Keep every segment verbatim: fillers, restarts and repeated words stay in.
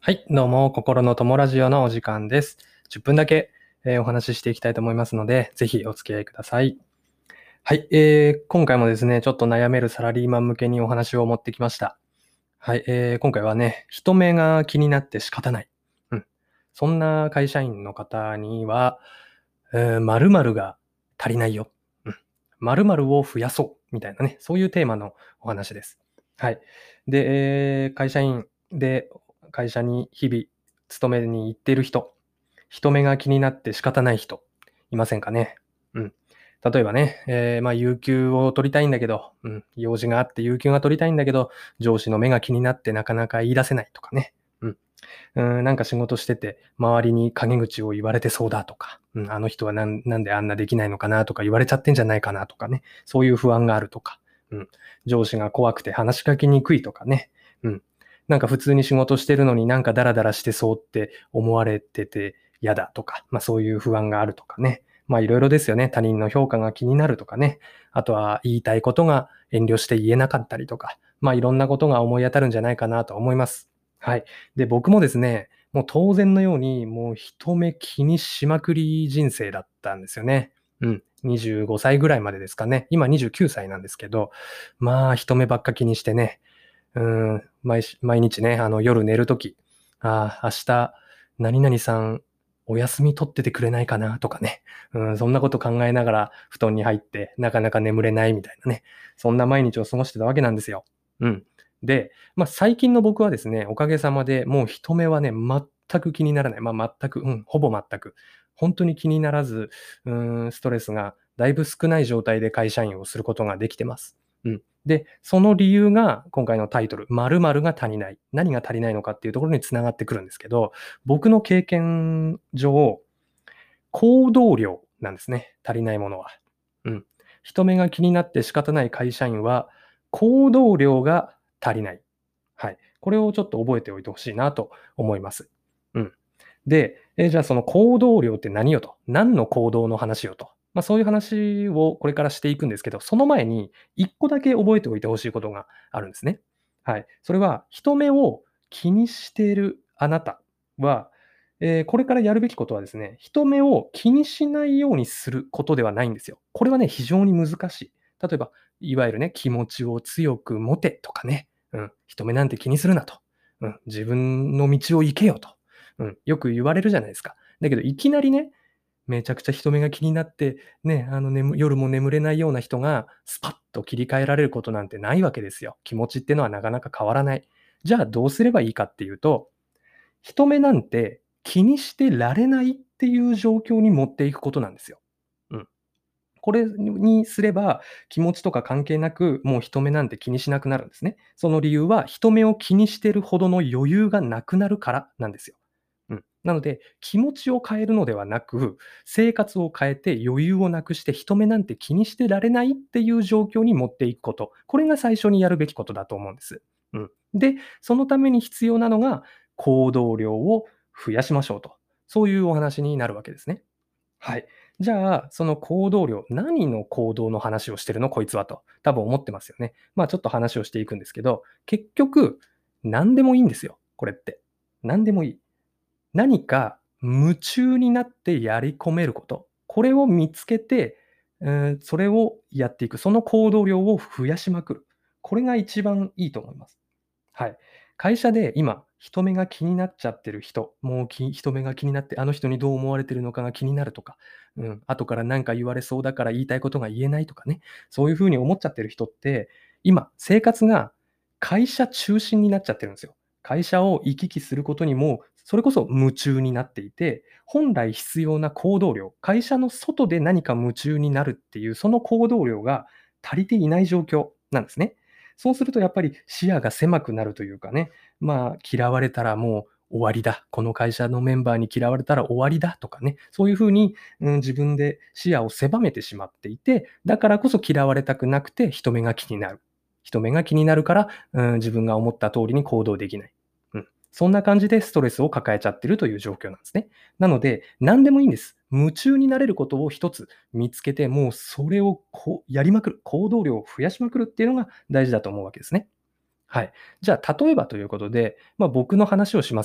はい、どうも、心の友ラジオのお時間です。じゅっぷんだけ、えーお話ししていきたいと思いますので、ぜひお付き合いください。はい、えー今回もですね、ちょっと悩めるサラリーマン向けにお話を持ってきました。はい、えー今回はね、人目が気になって仕方ない。うん。そんな会社員の方には、えー〇〇が足りないよ。うん。〇〇を増やそう。みたいなね、そういうテーマのお話です。はい。で、えー会社員で、会社に日々勤めに行っている人、人目が気になって仕方ない人、いませんかね。うん。例えばね、えーまあ、有給を取りたいんだけど、うん、用事があって有給が取りたいんだけど、上司の目が気になってなかなか言い出せないとかね。うん。うーん、なんか仕事してて、周りに陰口を言われてそうだとか、うん、あの人はなんなんであんなできないのかなとか言われちゃってんじゃないかなとかね、そういう不安があるとか、うん、上司が怖くて話しかけにくいとかね、うん、なんか普通に仕事してるのになんかダラダラしてそうって思われてて嫌だとか、まあそういう不安があるとかね、まあいろいろですよね。他人の評価が気になるとかね、あとは言いたいことが遠慮して言えなかったりとか、まあいろんなことが思い当たるんじゃないかなと思います。はい。で、僕もですね、もう当然のように、もう人目気にしまくり人生だったんですよね。うん。にじゅうごさいぐらいまでですかね。今にじゅうきゅうさいなんですけど、まあ人目ばっか気にしてね、うーん、毎し毎日ね、あの夜寝るとき、ああ、明日、何々さんお休み取っててくれないかなとかね。うん、そんなこと考えながら布団に入って、なかなか眠れないみたいなね。そんな毎日を過ごしてたわけなんですよ。うん。で、まあ、最近の僕はですね、おかげさまでもう人目はね、全く気にならない。まあ、全く、うん、ほぼ全く。本当に気にならず、うーん、ストレスがだいぶ少ない状態で会社員をすることができてます。うん。で、その理由が今回のタイトル、〇〇が足りない。何が足りないのかっていうところに繋がってくるんですけど、僕の経験上、行動量なんですね、足りないものは。うん。人目が気になって仕方ない会社員は、行動量が足りない。はい。これをちょっと覚えておいてほしいなと思います。うん。で、え、じゃあその行動量って何よと。何の行動の話よと。まあ、そういう話をこれからしていくんですけど、その前にいっこだけ覚えておいてほしいことがあるんですね。はい。それは人目を気にしているあなたは、えーこれからやるべきことはですね、人目を気にしないようにすることではないんですよ。これはね、非常に難しい。例えば、いわゆるね、気持ちを強く持てとかね、うん、人目なんて気にするなと。うん、自分の道を行けよと。うん、よく言われるじゃないですか。だけど、いきなりね、めちゃくちゃ人目が気になって、ね、あの、ねむ夜も眠れないような人が、スパッと切り替えられることなんてないわけですよ。気持ちってのはなかなか変わらない。じゃあどうすればいいかっていうと、人目なんて気にしてられないっていう状況に持っていくことなんですよ。うん。これにすれば、気持ちとか関係なく、もう人目なんて気にしなくなるんですね。その理由は、人目を気にしてるほどの余裕がなくなるからなんですよ。うん。なので、気持ちを変えるのではなく、生活を変えて余裕をなくして人目なんて気にしてられないっていう状況に持っていくこと。これが最初にやるべきことだと思うんです。うん。で、そのために必要なのが、行動量を増やしましょうと。そういうお話になるわけですね。はい。じゃあ、その行動量、何の行動の話をしてるのこいつはと、多分思ってますよね。まあ、ちょっと話をしていくんですけど、結局、何でもいいんですよ、これって。何でもいい。何か夢中になってやり込めること、これを見つけて、うーん、それをやっていく。その行動量を増やしまくる。これが一番いいと思います。はい。会社で今、人目が気になっちゃってる人、もうき人目が気になって、あの人にどう思われてるのかが気になるとか、うん、後から何か言われそうだから言いたいことが言えないとかね、そういう風に思っちゃってる人って、今、生活が会社中心になっちゃってるんですよ。会社を行き来することにも、それこそ夢中になっていて、本来必要な行動量、会社の外で何か夢中になるっていう、その行動量が足りていない状況なんですね。そうするとやっぱり視野が狭くなるというかね、まあ、嫌われたらもう終わりだ、この会社のメンバーに嫌われたら終わりだとかね、そういう風に、うん、自分で視野を狭めてしまっていて、だからこそ嫌われたくなくて人目が気になる。人目が気になるから、うん、自分が思った通りに行動できない。うん。そんな感じでストレスを抱えちゃってるという状況なんですね。なので、何でもいいんです。夢中になれることを一つ見つけて、もうそれをこうやりまくる、行動量を増やしまくるっていうのが大事だと思うわけですね。はい。じゃあ、例えばということで、まあ、僕の話をしますよ。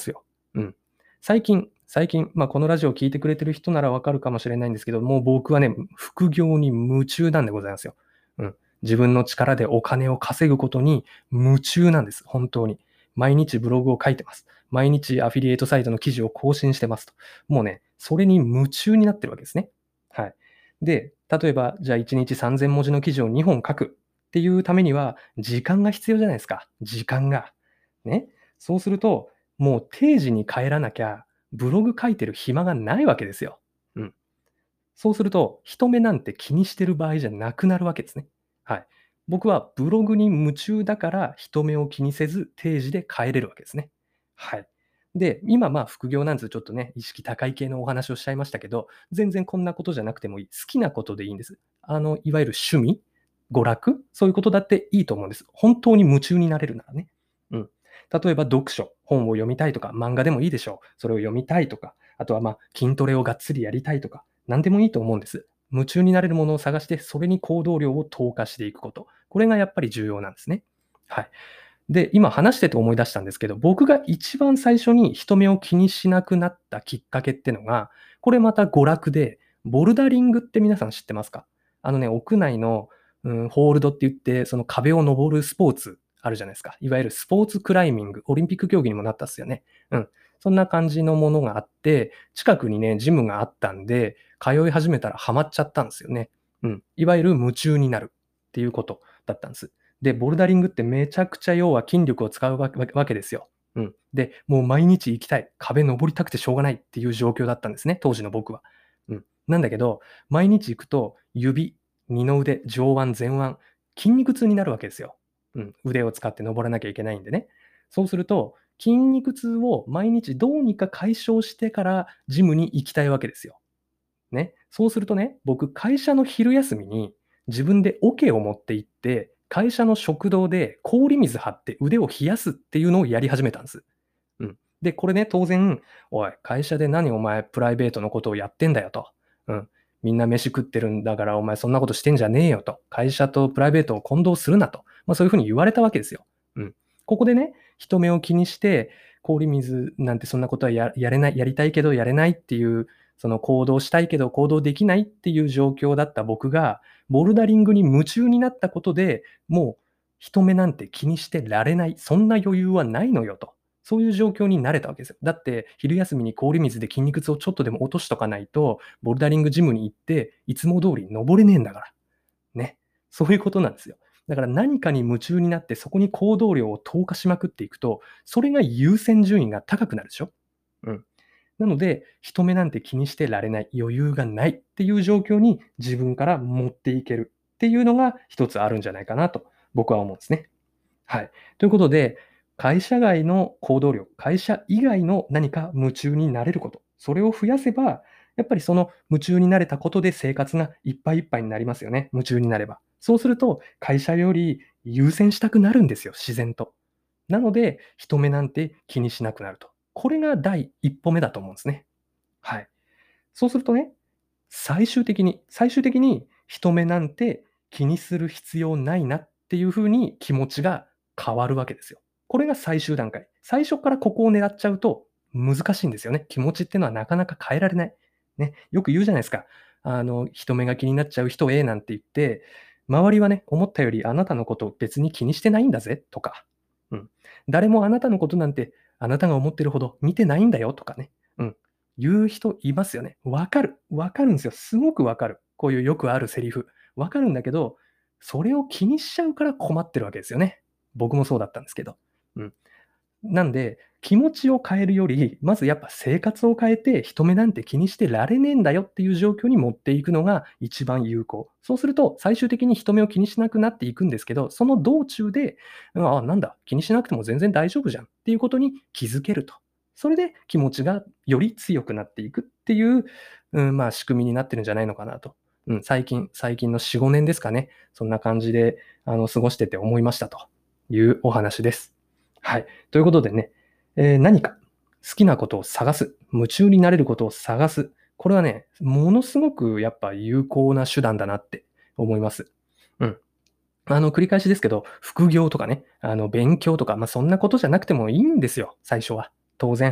うん。最近、最近、まあ、このラジオを聞いてくれてる人ならわかるかもしれないんですけど、もう僕はね、副業に夢中なんでございますよ。うん。自分の力でお金を稼ぐことに夢中なんです。本当に。毎日ブログを書いてます。毎日アフィリエイトサイトの記事を更新してますと。もうね、それに夢中になってるわけですね。はい。で、例えば、じゃあいちにちさんぜんもじの記事をにほん書くっていうためには、時間が必要じゃないですか。時間が。ね。そうすると、もう定時に帰らなきゃ、ブログ書いてる暇がないわけですよ。うん。そうすると、人目なんて気にしてる場合じゃなくなるわけですね。はい。僕はブログに夢中だから、人目を気にせず定時で帰れるわけですね。はい。で、今、まあ、副業なんつうちょっとね、意識高い系のお話をしちゃいましたけど、全然こんなことじゃなくてもいい。好きなことでいいんです。あの、いわゆる趣味、娯楽、そういうことだっていいと思うんです。本当に夢中になれるならね。うん。例えば読書、本を読みたいとか、漫画でもいいでしょう。それを読みたいとか、あとはまあ筋トレをがっつりやりたいとか、何でもいいと思うんです。夢中になれるものを探して、それに行動量を投下していくこと。これがやっぱり重要なんですね。はい。で、今話してて思い出したんですけど、僕が一番最初に人目を気にしなくなったきっかけってのが、これまた娯楽で、ボルダリングって皆さん知ってますか？あのね、屋内の、うん、ホールドって言って、その壁を登るスポーツあるじゃないですか。いわゆるスポーツクライミング、オリンピック競技にもなったっすよね。うん。そんな感じのものがあって、近くにね、ジムがあったんで、通い始めたらハマっちゃったんですよね。うん。いわゆる夢中になるっていうことだったんです。で、ボルダリングってめちゃくちゃ要は筋力を使うわけわけですよ。うん。で、もう毎日行きたい。壁登りたくてしょうがないっていう状況だったんですね、当時の僕は。うん。なんだけど、毎日行くと指、二の腕、上腕、前腕、筋肉痛になるわけですよ。うん。腕を使って登らなきゃいけないんでね。そうすると、筋肉痛を毎日どうにか解消してからジムに行きたいわけですよ。ね。そうするとね、僕、会社の昼休みに自分で桶を持って行って、会社の食堂で氷水張って腕を冷やすっていうのをやり始めたんです。うん。で、これね、当然、おい、会社で何お前プライベートのことをやってんだよと。うん。みんな飯食ってるんだからお前そんなことしてんじゃねえよと。会社とプライベートを混同するなと。まあそういうふうに言われたわけですよ。うん。ここでね、人目を気にして、氷水なんてそんなことはややれない、やりたいけどやれないっていうその行動したいけど行動できないっていう状況だった僕が、ボルダリングに夢中になったことで、もう人目なんて気にしてられない、そんな余裕はないのよと。そういう状況になれたわけですよ。だって、昼休みに氷水で筋肉痛をちょっとでも落としとかないと、ボルダリングジムに行って、いつも通り登れねえんだから。ね。そういうことなんですよ。だから何かに夢中になって、そこに行動量を投下しまくっていくと、それが優先順位が高くなるでしょ。うん。なので、人目なんて気にしてられない、余裕がないっていう状況に自分から持っていけるっていうのが一つあるんじゃないかなと僕は思うんですね。はい。ということで、会社外の行動量、会社以外の何か夢中になれること、それを増やせば、やっぱりその夢中になれたことで生活がいっぱいいっぱいになりますよね。夢中になれば。そうすると、会社より優先したくなるんですよ、自然と。なので、人目なんて気にしなくなると。これが第一歩目だと思うんですね。はい。そうするとね、最終的に最終的に人目なんて気にする必要ないなっていう風に気持ちが変わるわけですよ。これが最終段階。最初からここを狙っちゃうと難しいんですよね。気持ちってのはなかなか変えられない。ね、よく言うじゃないですか。あの、人目が気になっちゃう人 A なんて言って、周りはね、思ったよりあなたのことを別に気にしてないんだぜとか、うん。誰もあなたのことなんてあなたが思ってるほど見てないんだよとかね。うん。言う人いますよね。わかる。わかるんですよ。すごくわかる。こういうよくあるセリフ。わかるんだけど、それを気にしちゃうから困ってるわけですよね。僕もそうだったんですけど。うん。なんで、気持ちを変えるより、まずやっぱ生活を変えて、人目なんて気にしてられねえんだよっていう状況に持っていくのが一番有効。そうすると、最終的に人目を気にしなくなっていくんですけど、その道中で、ああ、なんだ、気にしなくても全然大丈夫じゃんっていうことに気づけると。それで気持ちがより強くなっていくっていう、うん、まあ仕組みになってるんじゃないのかなと。うん、最近、最近のよん、ごねんですかね。そんな感じで、あの、過ごしてて思いましたというお話です。はい。ということでね、えー何か好きなことを探す、夢中になれることを探す。これはね、ものすごくやっぱ有効な手段だなって思います。うん。あの、繰り返しですけど、副業とかね、あの、勉強とか、まあ、そんなことじゃなくてもいいんですよ、最初は。当然。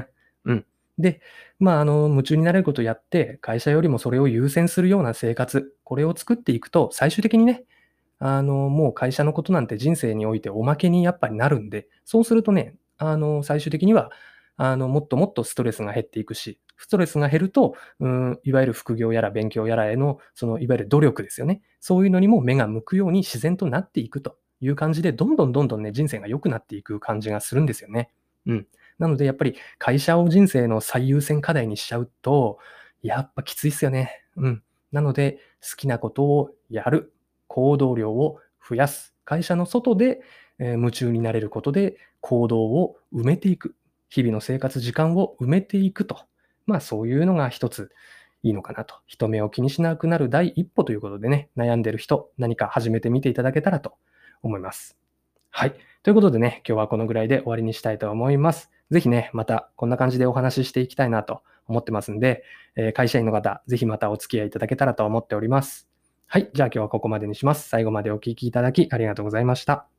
うん。で、まあ、あの、夢中になれることをやって、会社よりもそれを優先するような生活、これを作っていくと、最終的にね、あの、もう会社のことなんて人生においておまけにやっぱりなるんで、そうするとね、あの、最終的には、あの、もっともっとストレスが減っていくし、ストレスが減ると、うん、いわゆる副業やら勉強やらへの、その、いわゆる努力ですよね。そういうのにも目が向くように自然となっていくという感じで、どんどんどんどんね、人生が良くなっていく感じがするんですよね。うん。なのでやっぱり会社を人生の最優先課題にしちゃうと、やっぱきついっすよね。うん。なので、好きなことをやる。行動量を増やす。会社の外で、えー夢中になれることで行動を埋めていく。日々の生活時間を埋めていくと。まあそういうのが一ついいのかなと。人目を気にしなくなる第一歩ということでね、悩んでる人、何か始めてみていただけたらと思います。はい。ということでね、今日はこのぐらいで終わりにしたいと思います。ぜひね、またこんな感じでお話ししていきたいなと思ってますんで、えー会社員の方、ぜひまたお付き合いいただけたらと思っております。はい。じゃあ今日はここまでにします。最後までお聞きいただきありがとうございました。